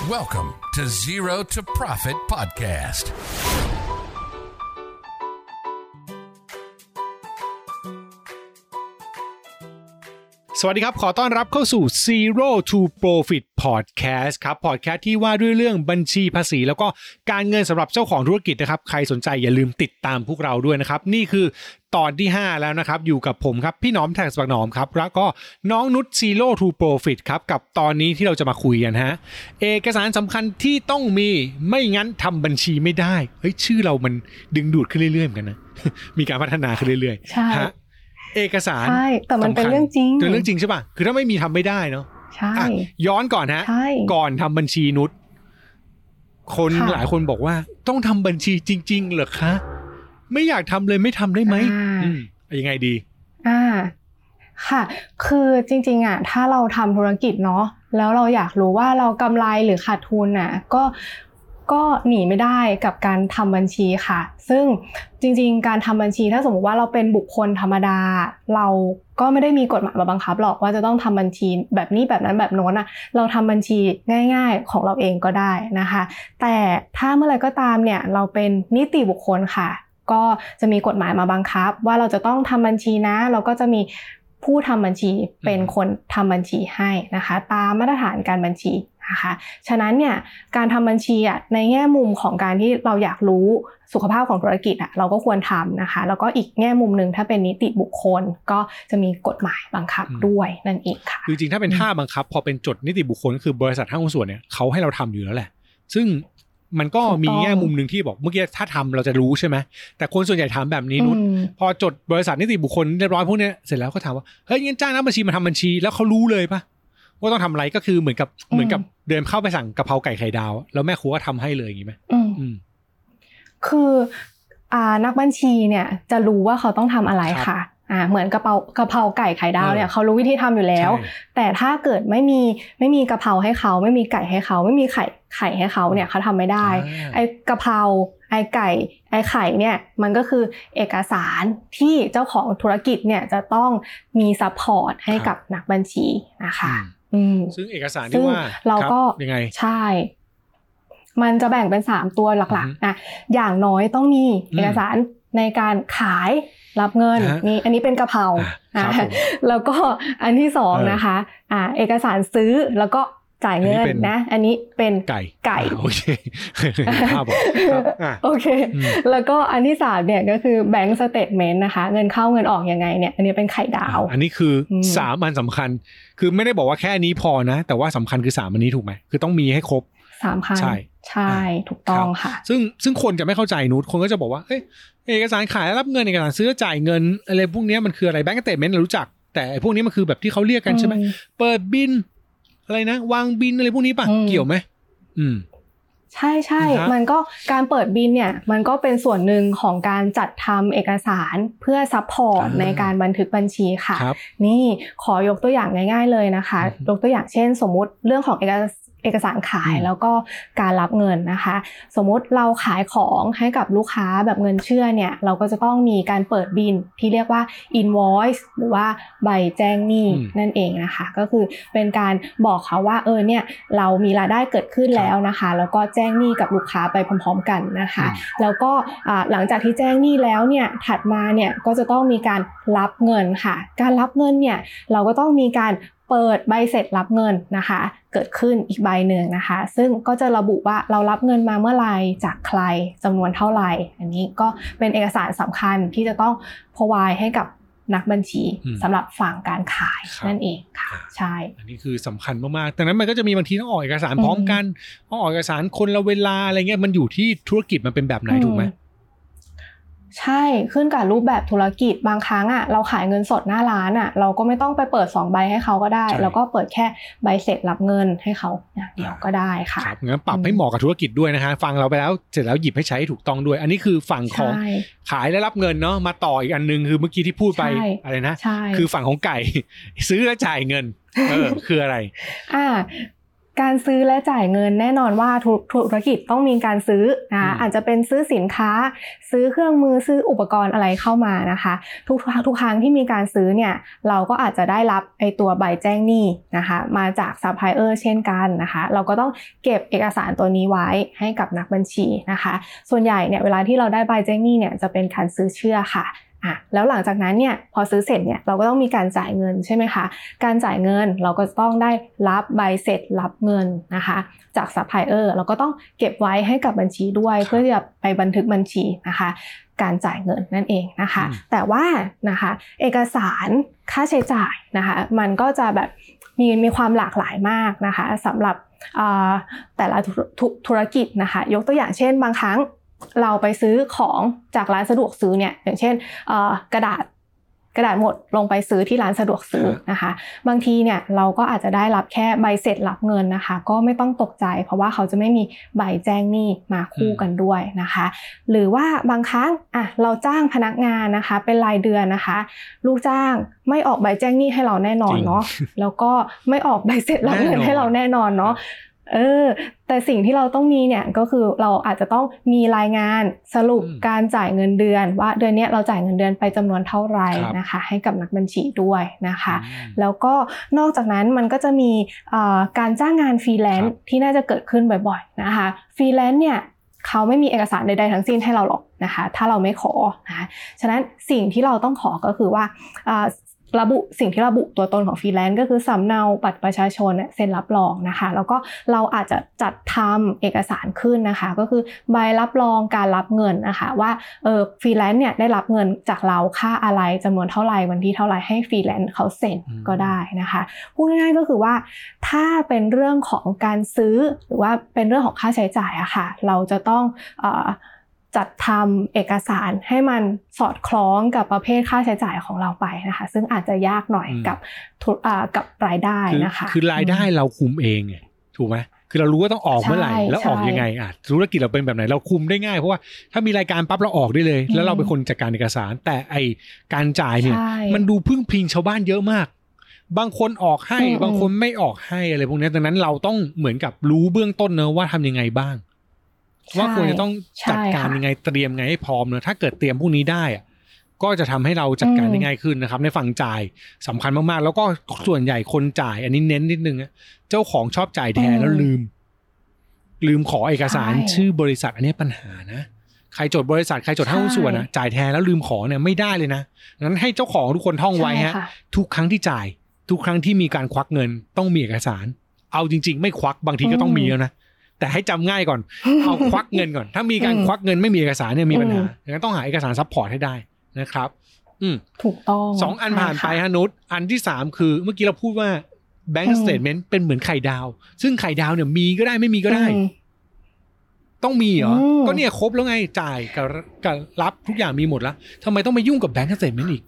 Welcome to Zero to Profit Podcast. สวัสดีครับขอต้อนรับเข้าสู่ Zero to Profit Podcast ครับ Podcast ที่ว่าด้วยเรื่องบัญชีภาษีแล้วก็การเงินสำหรับเจ้าของธุรกิจนะครับใครสนใจอย่าลืมติดตามพวกเราด้วยนะครับนี่คือตอนที่5แล้วนะครับอยู่กับผมครับพี่หนอมแท็กบักหนอมครับแล้วก็น้องนุช Zero to Profit ครับกับตอนนี้ที่เราจะมาคุยกันฮะเอกสารสำคัญที่ต้องมีไม่งั้นทำบัญชีไม่ได้เฮ้ยชื่อเรามันดึงดูดขึ้นเรื่อยๆเหมือนกันนะ มีการพัฒนาขึ้นเรื่อยๆใช่เอกสารใช่แต่มันเป็นเรื่องจริงเป็นเรื่องจริงใช่ป่ะคือถ้าไม่มีทำไม่ได้เนาะใช่ย้อนก่อนฮะก่อนทำบัญชีนุชคนหลายคนบอกว่าต้องทำบัญชีจริงๆเหรอคะไม่อยากทำเลยไม่ทำได้ไหมยังไงดีค่ะคือจริงๆถ้าเราทำธุรกิจเนาะแล้วเราอยากรู้ว่าเรากำไรหรือขาดทุนก็หนีไม่ได้กับการทำบัญชีค่ะซึ่งจริงๆการทำบัญชีถ้าสมมติว่าเราเป็นบุคคลธรรมดาเราก็ไม่ได้มีกฎหมายมาบังคับหรอกว่าจะต้องทำบัญชีแบบนี้แบบนั้นแบบโน้นเราทำบัญชีง่ายๆของเราเองก็ได้นะคะแต่ถ้าเมื่อไหร่ก็ตามเนี่ยเราเป็นนิติบุคคลค่ะก็จะมีกฎหมายมาบังคับว่าเราจะต้องทำบัญชีนะเราก็จะมีผู้ทำบัญชีเป็นคนทำบัญชีให้นะคะตามมาตรฐานการบัญชีนะคะฉะนั้นเนี่ยการทำบัญชีในแง่มุมของการที่เราอยากรู้สุขภาพของธุรกิจเราก็ควรทำนะคะแล้วก็อีกแง่มุมนึงถ้าเป็นนิติบุคคลก็จะมีกฎหมายบังคับด้วยนั่นเองค่ะจริงๆถ้าเป็นท่าบังคับพอเป็นจดนิติบุคคลก็คือบริษัทห้างหุ้นส่วนเนี่ยเขาให้เราทำอยู่แล้วแหละซึ่งมันก็มีแง่มุมนึงที่บอกเมื่อกี้ถ้าทำเราจะรู้ใช่ไหมแต่คนส่วนใหญ่ถามแบบนี้นุชพอจดบริษัทนิติบุคคลเรียบร้อยพวกนี้เสร็จแล้วก็ถามว่าเฮ้ยงั้นจ้างนักบัญชีมาทำบัญชีแล้วเขารู้เลยปะว่าต้องทำอะไรก็คือเหมือนกับเดินเข้าไปสั่งกะเพราไก่ไข่ดาวแล้วแม่ครัวก็ทำให้เลยอย่างนี้ไหมคือนักบัญชีเนี่ยจะรู้ว่าเขาต้องทำอะไรค่ะเหมือนกะเพราไก่ไข่ดาวเนี่ยเขารู้วิธีทำอยู่แล้วแต่ถ้าเกิดไม่มีกะเพราให้เขาไม่มีไก่ให้เขาไม่มีไข่ให้เขาเนี่ยเขาทำไม่ได้ไอ้กะเพราไอ้ไก่ไอ้ไข่เนี่ยมันก็คือเอกสารที่เจ้าของธุรกิจเนี่ยจะต้องมีซัพพอร์ตให้กับนักบัญชีนะคะซึ่งเอกสารที่ว่าเราก็ยังไงใช่มันจะแบ่งเป็น3ตัวหลักๆอย่างน้อยต้องมีเอกสารในการขายรับเงินนี่อันนี้เป็นกะเพราแล้วก็อันที่2นะคะเอกสารซื้อแล้วก็จ่ายเงินนะอันนี้เป็นไก่โอเคโอเคแล้วก็อันที่3เนี่ยก็คือแบงก์สเตทเมนต์นะคะเงินเข้าเงินออกยังไงเนี่ยอันนี้เป็นไข่ดาวอันนี้คือ3อันสำคัญคือไม่ได้บอกว่าแค่นี้พอนะแต่ว่าสำคัญคือ3อันนี้ถูกไหมคือต้องมีให้ครบ 3คันใช่ถูกต้องค่ะซึ่งคนจะไม่เข้าใจนุชคนก็จะบอกว่าเอ้ยเอกสารขายรับเงินเอกสารซื้อจ่ายเงินอะไรพวกนี้มันคืออะไรแบงก์สเตทเมนต์เรารู้จักแต่พวกนี้มันคือแบบที่เขาเรียกกันใช่ไหมเปิดบินอะไรนะวางบินอะไรพวกนี้ป่ะเกี่ยวไหมใช่ใช่มันก็การเปิดบินเนี่ยมันก็เป็นส่วนหนึ่งของการจัดทำเอกสารเพื่อซัพพอร์ตในการบันทึกบัญชีค่ะนี่ขอยกตัวอย่างง่ายๆเลยนะคะยกตัวอย่างเช่นสมมุติเรื่องของเอกสารขายแล้วก็การรับเงินนะคะสมมติเราขายของให้กับลูกค้าแบบเงินเชื่อเนี่ยเราก็จะต้องมีการเปิดบิลที่เรียกว่า invoice หรือว่าใบแจ้งหนี้นั่นเองนะคะก็คือเป็นการบอกเขาว่าเนี่ยเรามีรายได้เกิดขึ้นแล้วนะคะแล้วก็แจ้งหนี้กับลูกค้าไปพร้อมๆกันนะคะแล้วก็หลังจากที่แจ้งหนี้แล้วเนี่ยถัดมาเนี่ยก็จะต้องมีการรับเงินค่ะการรับเงินเนี่ยเราก็ต้องมีการเปิดใบเสร็จรับเงินนะคะเกิดขึ้นอีกใบหนึ่งนะคะซึ่งก็จะระบุว่าเรารับเงินมาเมื่อไหร่จากใครจำนวนเท่าไหร่อันนี้ก็เป็นเอกสารสำคัญที่จะต้อง provide ให้กับนักบัญชีสำหรับฝั่งการขายนั่นเองค่ะใช่อันนี้คือสำคัญมากๆดังนั้นมันก็จะมีบางทีต้องออกเอกสารพร้อมกันต้องออกเอกสารคนละเวลาอะไรเงี้ยมันอยู่ที่ธุรกิจมันเป็นแบบไหนถูกไหมใช่ขึ้นกับรูปแบบธุรกิจบางครั้งเราขายเงินสดหน้าร้านเราก็ไม่ต้องไปเปิด2ใบให้เขาก็ได้แล้วก็เปิดแค่ใบเสร็จรับเงินให้เขาอย่างเดียวก็ได้ค่ะครับงั้นปรับให้เหมาะกับธุรกิจด้วยนะฮะฟังเราไปแล้วเสร็จแล้วหยิบให้ใช้ถูกต้องด้วยอันนี้คือฝั่งของขายและรับเงินเนาะมาต่ออีกอันนึงคือเมื่อกี้ที่พูดไปอะไรนะคือฝั่งของไก่ซื้อและจ่ายเงินคืออะไรการซื้อและจ่ายเงินแน่นอนว่าธุรกิจต้องมีการซื้อนะคะอาจจะเป็นซื้อสินค้าซื้อเครื่องมือซื้ออุปกรณ์อะไรเข้ามานะคะทุกครั้งที่มีการซื้อเนี่ยเราก็อาจจะได้รับไอตัวใบแจ้งหนี้นะคะมาจากซัพพลายเออร์เช่นกันนะคะเราก็ต้องเก็บเอกสารตัวนี้ไว้ให้กับนักบัญชีนะคะส่วนใหญ่เนี่ยเวลาที่เราได้ใบแจ้งหนี้เนี่ยจะเป็นการซื้อเชื่อค่ะแล้วหลังจากนั้นเนี่ยพอซื้อเสร็จเนี่ยเราก็ต้องมีการจ่ายเงินใช่ไหมคะการจ่ายเงินเราก็ต้องได้รับใบเสร็จรับเงินนะคะจากซัพพลายเออร์เราก็ต้องเก็บไว้ให้กับบัญชีด้วยเพื่อที่จะไปบันทึกบัญชีนะคะการจ่ายเงินนั่นเองนะคะแต่ว่านะคะเอกสารค่าใช้จ่ายนะคะมันก็จะแบบมีความหลากหลายมากนะคะสำหรับแต่ละธุรกิจนะคะยกตัวอย่างเช่นบางครั้งเราไปซื้อของจากร้านสะดวกซื้อเนี่ยอย่างเช่นกระดาษหมดลงไปซื้อที่ร้านสะดวกซื้อนะคะบางทีเนี่ยเราก็อาจจะได้รับแค่ใบเสร็จรับเงินนะคะก็ไม่ต้องตกใจเพราะว่าเขาจะไม่มีใบแจ้งหนี้มาคู่กันด้วยนะคะหรือว่าบางครั้งเราจ้างพนักงานนะคะเป็นรายเดือนนะคะลูกจ้างไม่ออกใบแจ้งหนี้ให้เราแน่นอนเนาะแล้วก็ไม่ออกใบเสร็จรับเงินให้เราแน่นอนเนาะแต่สิ่งที่เราต้องมีเนี่ยก็คือเราอาจจะต้องมีรายงานสรุปการจ่ายเงินเดือนว่าเดือนนี้เราจ่ายเงินเดือนไปจำนวนเท่าไหร่นะคะให้กับนักบัญชีด้วยนะคะแล้วก็นอกจากนั้นมันก็จะมีการจ้างงานฟรีแลนซ์ที่น่าจะเกิดขึ้นบ่อยๆนะคะฟรีแลนซ์เนี่ยเขาไม่มีเอกสารใดๆทั้งสิ้นให้เราหรอกนะคะถ้าเราไม่ขอนะคะฉะนั้นสิ่งที่เราต้องขอก็คือว่าสิ่งที่ระบุตัวตนของฟรีแลนซ์ก็คือสำเนาบัตรประชาชนเซ็นรับรองนะคะแล้วก็เราอาจจะจัดทำเอกสารขึ้นนะคะก็คือใบรับรองการรับเงินนะคะว่าฟรีแลนซ์เนี่ยได้รับเงินจากเราค่าอะไรจำนวนเท่าไหร่วันที่เท่าไหร่ให้ฟรีแลนซ์เขาเซ็นก็ได้นะคะพูดง่ายๆก็คือว่าถ้าเป็นเรื่องของการซื้อหรือว่าเป็นเรื่องของค่าใช้จ่ายอะค่ะเราจะต้องจัดทำเอกสารให้มันสอดคล้องกับประเภทค่าใช้จ่ายของเราไปนะคะซึ่งอาจจะยากหน่อยกับรายได้นะคะคือรายได้เราคุมเองถูกไหมคือเรารู้ว่าต้องออกเมื่อไหร่แล้วออกยังไงธุรกิจเราเป็นแบบไหนเราคุมได้ง่ายเพราะว่าถ้ามีรายการปั๊บเราออกได้เลยแล้วเราเป็นคนจัดการเอกสารแต่ไอการจ่ายเนี่ยมันดูพึ่งพิงชาวบ้านเยอะมากบางคนออกให้บางคนไม่ออกให้อะไรพวกนี้ดังนั้นเราต้องเหมือนกับรู้เบื้องต้นเนอะว่าทำยังไงบ้างว่าควรจะต้องจัดการยังไงเตรียมไงให้พร้อมเนอะถ้าเกิดเตรียมพวกนี้ได้ก็จะทำให้เราจัดการได้ง่ายขึ้นนะครับในฝั่งจ่ายสำคัญมากๆแล้วก็ส่วนใหญ่คนจ่ายอันนี้เน้นนิดนึงเจ้าของชอบจ่ายแทนแล้วลืมขอเอกสารชื่อบริษัทอันนี้ปัญหานะใครจดบริษัทใครจดหุ้นส่วนจ่ายแทนแล้วลืมขอเนี่ยไม่ได้เลยนะงั้นให้เจ้าของทุกคนท่องไว้ทุกครั้งที่จ่ายทุกครั้งที่มีการควักเงินต้องมีเอกสารเอาจริงๆไม่ควักบางทีก็ต้องมีแล้วนะแต่ให้จำง่ายก่อนเอาควักเงินก่อนถ้ามีการควักเงินไม่มีเอกสารเนี่ยมีปัญหาดังนั้นต้องหาเอกสารซัพพอร์ตให้ได้นะครับถูกต้อง 2อันผ่านไปฮะนุชอันที่3คือเมื่อกี้เราพูดว่า Bank Statement เป็นเหมือนไข่ดาวซึ่งไข่ดาวเนี่ยมีก็ได้ไม่มีก็ได้ต้องมีเหรอก็เนี่ยครบแล้วไงจ่ายกับรับทุกอย่างมีหมดแล้วทำไมต้องไปยุ่งกับ Bank Statement อีก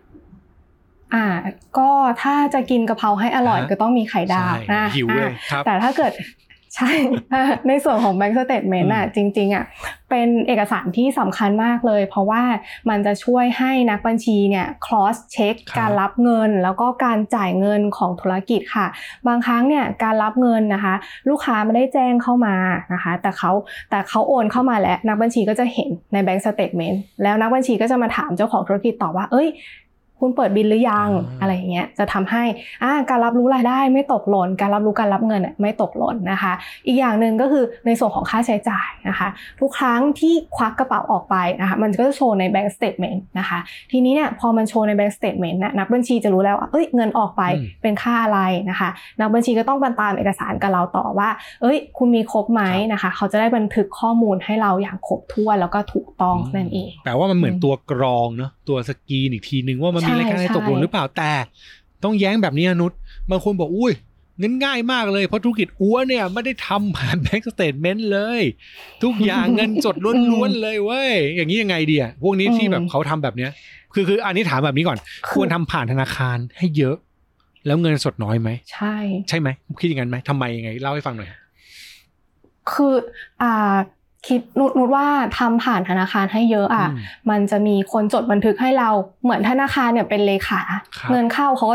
ก็ถ้าจะกินกะเพราให้อร่อยก็ต้องมีไข่ดาวนะหิวเลยครับแต่ถ้าเกิดใช่ในส่วนของ Bank Statement จริงๆเป็นเอกสารที่สำคัญมากเลยเพราะว่ามันจะช่วยให้นักบัญชีเนี่ย cross check การรับเงินแล้วก็การจ่ายเงินของธุรกิจค่ะบางครั้งเนี่ยการรับเงินนะคะลูกค้าไม่ได้แจ้งเข้ามานะคะแต่เขาโอนเข้ามาแล้วนักบัญชีก็จะเห็นใน Bank Statement แล้วนักบัญชีก็จะมาถามเจ้าของธุรกิจต่อว่าคุณเปิดบิลหรือยังอะไรอย่างเงี้ยจะทำให้การรับรู้รายได้ไม่ตกหล่นการรับรู้การรับเงินไม่ตกหล่นนะคะอีกอย่างนึงก็คือในส่วนของค่าใช้จ่ายนะคะทุกครั้งที่ควักกระเป๋าออกไปนะคะมันก็จะโชว์ใน Bank Statement นะคะทีนี้เนี่ยพอมันโชว์ใน Bank Statement นักบัญชีจะรู้แล้วว่าเงินออกไปเป็นค่าอะไรนะคะนักบัญชีก็ต้องตามเอกสารกับเราต่อว่าคุณมีครบไหมนะคะเขาจะได้บันทึกข้อมูลให้เราอย่างครบถ้วนแล้วก็ถูกต้องนั่นเองแปลว่ามันเหมือนตัวกรองเนาะตัวสกรีนอีกทีนึงว่ามันมีรายการอะไรตกหล่นหรือเปล่าแต่ต้องแย้งแบบนี้นุชบางคนบอกอุ้ยงั้นง่ายมากเลยเพราะธุรกิจอัวเนี่ยไม่ได้ทำผ่าน Bank Statement เลยทุกอย่างเงินสดล้วนๆเลยเว้ยอย่างนี้ยังไงดีพวกนี้ที่แบบเขาทำแบบเนี้ยคืออันนี้ถามแบบนี้ก่อนควรทำผ่านธนาคารให้เยอะแล้วเงินสดน้อยไหมใช่ไหมคิดอย่างนั้นไหมทำไมยังไงเล่าให้ฟังหน่อยคือคิดนุชว่าทำผ่านธนาคารให้เยอะมันจะมีคนจดบันทึกให้เราเหมือนธนาคารเนี่ยเป็นเลขาเงินเข้าเขาก็จด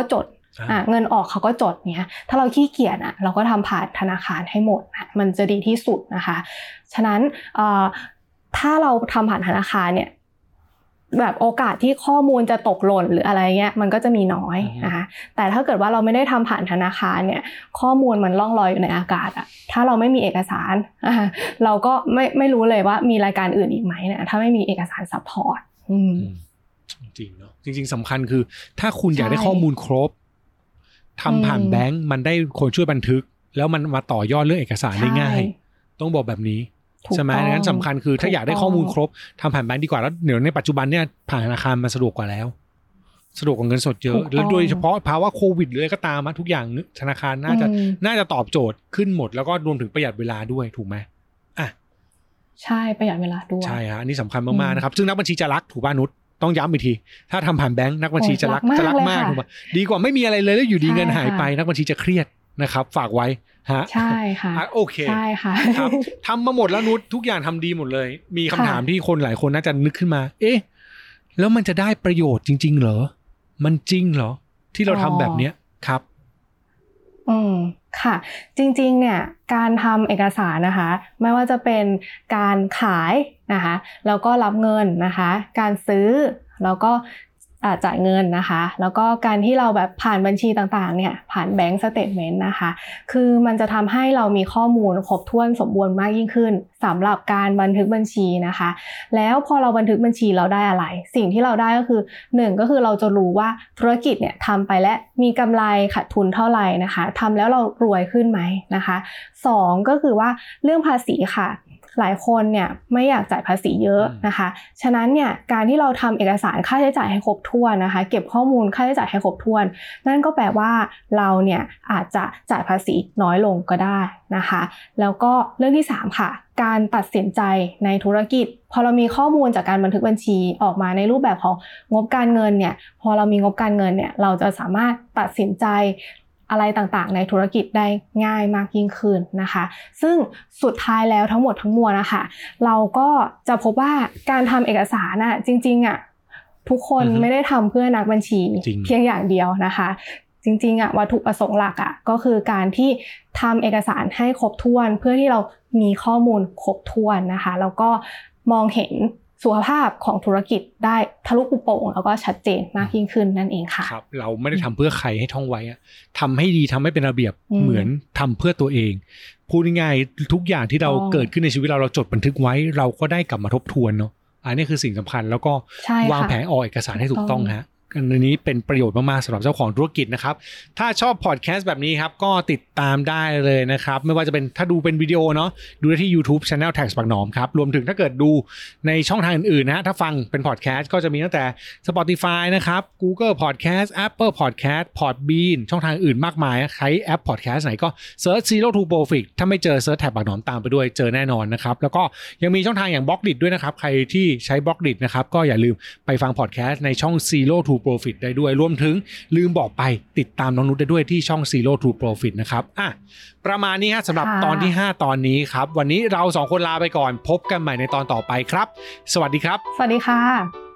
เงินออกเขาก็จดเนี้ยถ้าเราขี้เกียจเราก็ทำผ่านธนาคารให้หมดมันจะดีที่สุดนะคะฉะนั้นถ้าเราทำผ่านธนาคารเนี่ยแบบโอกาสที่ข้อมูลจะตกหล่นหรืออะไรเงี้ยมันก็จะมีน้อยนะคะแต่ถ้าเกิดว่าเราไม่ได้ทำผ่านธนาคารเนี่ยข้อมูลมันล่องลอยอยู่ในอากาศถ้าเราไม่มีเอกสารเราก็ไม่รู้เลยว่ามีรายการอื่นอีกไหมเนี่ยถ้าไม่มีเอกสารซัพพอร์ตจริงเนาะจริงๆสำคัญคือถ้าคุณอยากได้ข้อมูลครบทำผ่านแบงก์มันได้คนช่วยบันทึกแล้วมันมาต่อยอดเรื่องเอกสารได้ง่ายต้องบอกแบบนี้ใช่ไหมดังนั้นสำคัญคือถ้าอยากได้ข้อมูลครบทำผ่านแบงก์ดีกว่าแล้วเดี๋ยวในปัจจุบันเนี่ยผ่านธนาคารมันสะดวกกว่าแล้วสะดวกกว่าเงินสดเยอะแล้วโดยเฉพาะภาวะโควิดหรืออะไรก็ตามทุกอย่างธนาคารน่าจะตอบโจทย์ขึ้นหมดแล้วก็รวมถึงประหยัดเวลาด้วยถูกไหมใช่ประหยัดเวลาด้วยใช่ฮะอันนี้สำคัญมากๆนะครับซึ่งนักบัญชีจะรักถูกป่ะนุชต้องย้ำอีกทีถ้าทำผ่านแบงค์นักบัญชีจะรักมากถูกป่ะดีกว่าไม่มีอะไรเลยแล้วอยู่ดีเงินหายไปนักบัญชีจะเครียดนะครับฝากไว้ฮะใช่ค่ะโอเคใช่ค่ะครับทำมาหมดแล้วนุชทุกอย่างทำดีหมดเลยมีคำถามที่คนหลายคนน่าจะนึกขึ้นมาเอ๊ะแล้วมันจะได้ประโยชน์จริงๆเหรอมันจริงเหรอที่เราทำแบบเนี้ยครับค่ะจริงๆเนี่ยการทำเอกสารนะคะไม่ว่าจะเป็นการขายนะคะแล้วก็รับเงินนะคะการซื้อแล้วก็จ่ายเงินนะคะแล้วก็การที่เราแบบผ่านบัญชีต่างๆเนี่ยผ่านแบงก์สเตทเมนต์นะคะคือมันจะทำให้เรามีข้อมูลครบถ้วนสมบูรณ์มากยิ่งขึ้นสำหรับการบันทึกบัญชีนะคะแล้วพอเราบันทึกบัญชีเราได้อะไรสิ่งที่เราได้ก็คือ1ก็คือเราจะรู้ว่าธุรกิจเนี่ยทำไปและมีกำไรขาดทุนเท่าไหร่นะคะทำแล้วเรารวยขึ้นไหมนะคะ2ก็คือว่าเรื่องภาษีค่ะหลายคนเนี่ยไม่อยากจ่ายภาษีเยอะนะคะฉะนั้นเนี่ยการที่เราทำเอกสารค่าใช้จ่ายให้ครบถ้วนนะคะเก็บข้อมูลค่าใช้จ่ายให้ครบถ้วนนั่นก็แปลว่าเราเนี่ยอาจจะจ่ายภาษีน้อยลงก็ได้นะคะแล้วก็เรื่องที่3ค่ะการตัดสินใจในธุรกิจพอเรามีข้อมูลจากการบันทึกบัญชีออกมาในรูปแบบของงบการเงินเนี่ยพอเรามีงบการเงินเนี่ยเราจะสามารถตัดสินใจอะไรต่างๆในธุรกิจได้ง่ายมากยิ่งขึ้นนะคะซึ่งสุดท้ายแล้วทั้งหมดทั้งมวลนะคะเราก็จะพบว่าการทำเอกสารจริงๆทุกคนไม่ได้ทำเพื่อนักบัญชีเพียงอย่างเดียวนะคะจริงๆวัตถุประสงค์หลักก็คือการที่ทำเอกสารให้ครบถ้วนเพื่อที่เรามีข้อมูลครบถ้วนนะคะแล้วก็มองเห็นสุขภาพของธุรกิจได้ทะลุปุโป่งแล้วก็ชัดเจนมากยิ่งขึ้นนั่นเองค่ะครับเราไม่ได้ทำเพื่อใครให้ท่องไว้ทำให้ดีทำให้เป็นระเบียบเหมือนทำเพื่อตัวเองพูดง่ายๆทุกอย่างที่เราเกิดขึ้นในชีวิตเราจดบันทึกไว้เราก็ได้กลับมาทบทวนเนาะอันนี้คือสิ่งสำคัญแล้วก็วางแผนออกเอกสารให้ถูกต้องฮะอันนี้เป็นประโยชน์มากๆสำหรับเจ้าของธุรกิจนะครับถ้าชอบพอดแคสต์แบบนี้ครับก็ติดตามได้เลยนะครับไม่ว่าจะเป็นถ้าดูเป็นวิดีโอเนาะดูได้ที่ YouTube Channel Tax ปากหนอมครับรวมถึงถ้าเกิดดูในช่องทางอื่นๆนะถ้าฟังเป็นพอดแคสต์ก็จะมีตั้งแต่ Spotify นะครับ Google Podcast Apple Podcast Podbean ช่องทางอื่นมากมายใช้แอปพอดแคสต์ไหนก็ Search Zero to Profit ถ้าไม่เจอ Search แท็บปากหนอมตามไปด้วยเจอแน่นอนนะครับแล้วก็ยังมีช่องทางอย่าง Blockdit ด้วยนะครับใครที่ใช้ Blockdit นะครับก็อย่าลืมไปฟังพอดแคสต์ในช่อง Zero to Profit ได้ด้วยรวมถึงลืมบอกไปติดตามน้องนุชได้ด้วยที่ช่อง Zero to Profit นะครับประมาณนี้ฮะสำหรับตอนที่5ตอนนี้ครับวันนี้เรา2คนลาไปก่อนพบกันใหม่ในตอนต่อไปครับสวัสดีครับสวัสดีค่ะ